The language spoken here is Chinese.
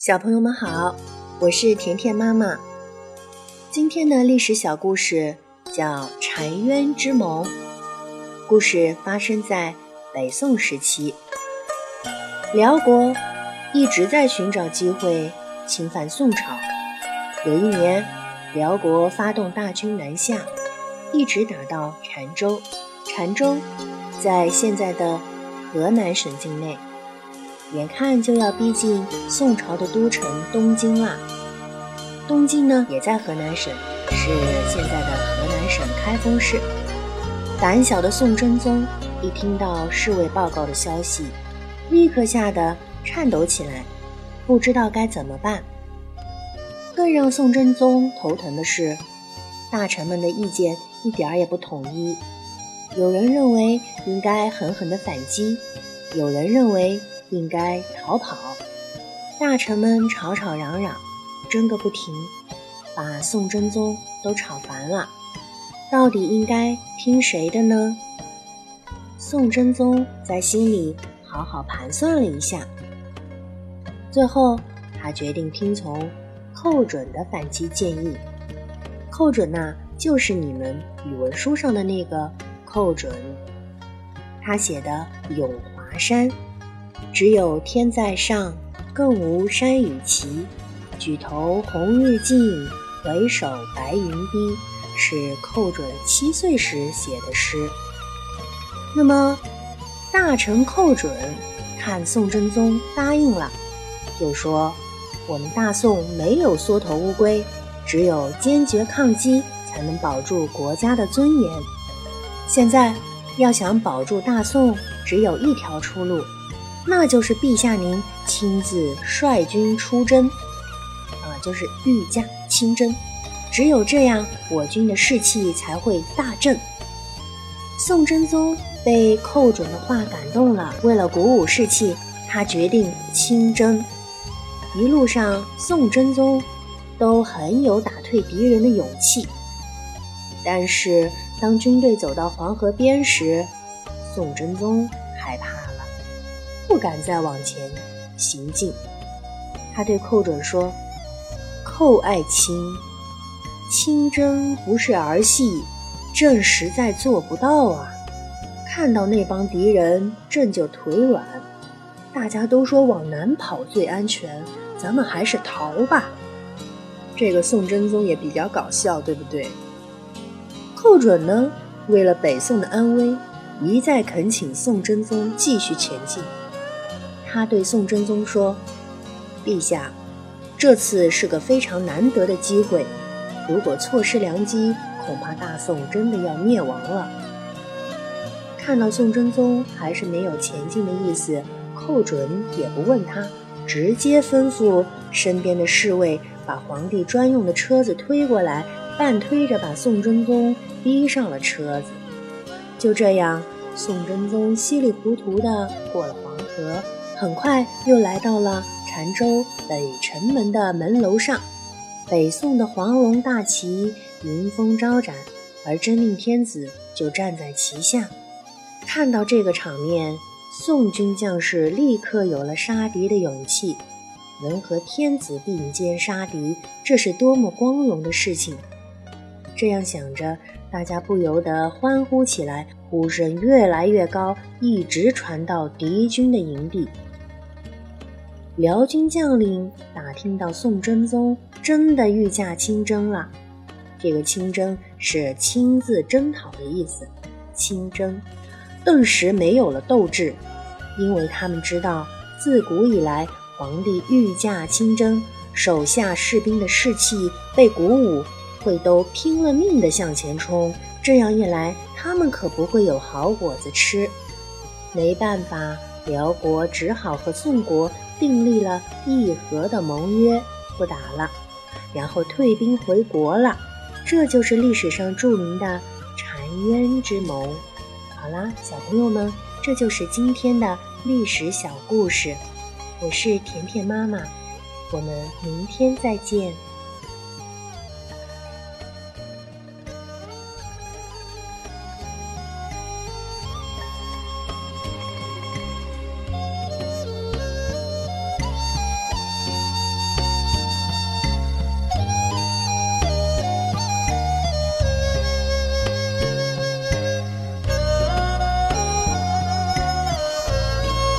小朋友们好，我是甜甜妈妈。今天的历史小故事叫澶渊之盟。故事发生在北宋时期，辽国一直在寻找机会侵犯宋朝。有一年，辽国发动大军南下，一直打到澶州。澶州在现在的河南省境内，眼看就要逼近宋朝的都城东京了。东京呢，也在河南省，是现在的河南省开封市。胆小的宋真宗一听到侍卫报告的消息，立刻吓得颤抖起来，不知道该怎么办。更让宋真宗头疼的是，大臣们的意见一点也不统一。有人认为应该狠狠地反击，有人认为应该逃跑。大臣们吵吵嚷嚷，争个不停，把宋真宗都吵烦了。到底应该听谁的呢？宋真宗在心里好好盘算了一下，最后他决定听从寇准的反击建议。寇准就是你们语文书上的那个寇准。他写的《咏华山》，只有天在上，更无山与齐。举头红日近，回首白云低，是寇准7岁时写的诗。那么大臣寇准看宋真宗答应了，就说我们大宋没有缩头乌龟，只有坚决抗击才能保住国家的尊严。现在要想保住大宋，只有一条出路，那就是陛下您亲自率军出征，就是御驾亲征。只有这样，我军的士气才会大振。宋真宗被寇准的话感动了，为了鼓舞士气，他决定亲征。一路上，宋真宗都很有打退敌人的勇气。但是当军队走到黄河边时，宋真宗害怕了，不敢再往前行进。他对寇准说：寇爱卿，亲征不是儿戏，朕实在做不到啊。看到那帮敌人，朕就腿软。大家都说往南跑最安全，咱们还是逃吧。这个宋真宗也比较搞笑，对不对？寇准呢，为了北宋的安危，一再恳请宋真宗继续前进。他对宋真宗说：陛下，这次是个非常难得的机会，如果错失良机，恐怕大宋真的要灭亡了。看到宋真宗还是没有前进的意思，寇准也不问他，直接吩咐身边的侍卫把皇帝专用的车子推过来，半推着把宋真宗逼上了车子。就这样，宋真宗稀里糊涂地过了黄河，很快又来到了澶州北城门的门楼上。北宋的黄龙大旗迎风招展，而真命天子就站在旗下。看到这个场面，宋军将士立刻有了杀敌的勇气。能和天子并肩杀敌，这是多么光荣的事情。这样想着，大家不由得欢呼起来，呼声越来越高，一直传到敌军的营地。辽军将领打听到宋真宗真的御驾亲征了，这个亲征是亲自征讨的意思，亲征顿时没有了斗志，因为他们知道自古以来皇帝御驾亲征，手下士兵的士气被鼓舞，会都拼了命地向前冲，这样一来他们可不会有好果子吃。没办法，辽国只好和宋国订立了议和的盟约，不打了，然后退兵回国了。这就是历史上著名的澶渊之盟。好啦，小朋友们，这就是今天的历史小故事。我是甜甜妈妈，我们明天再见。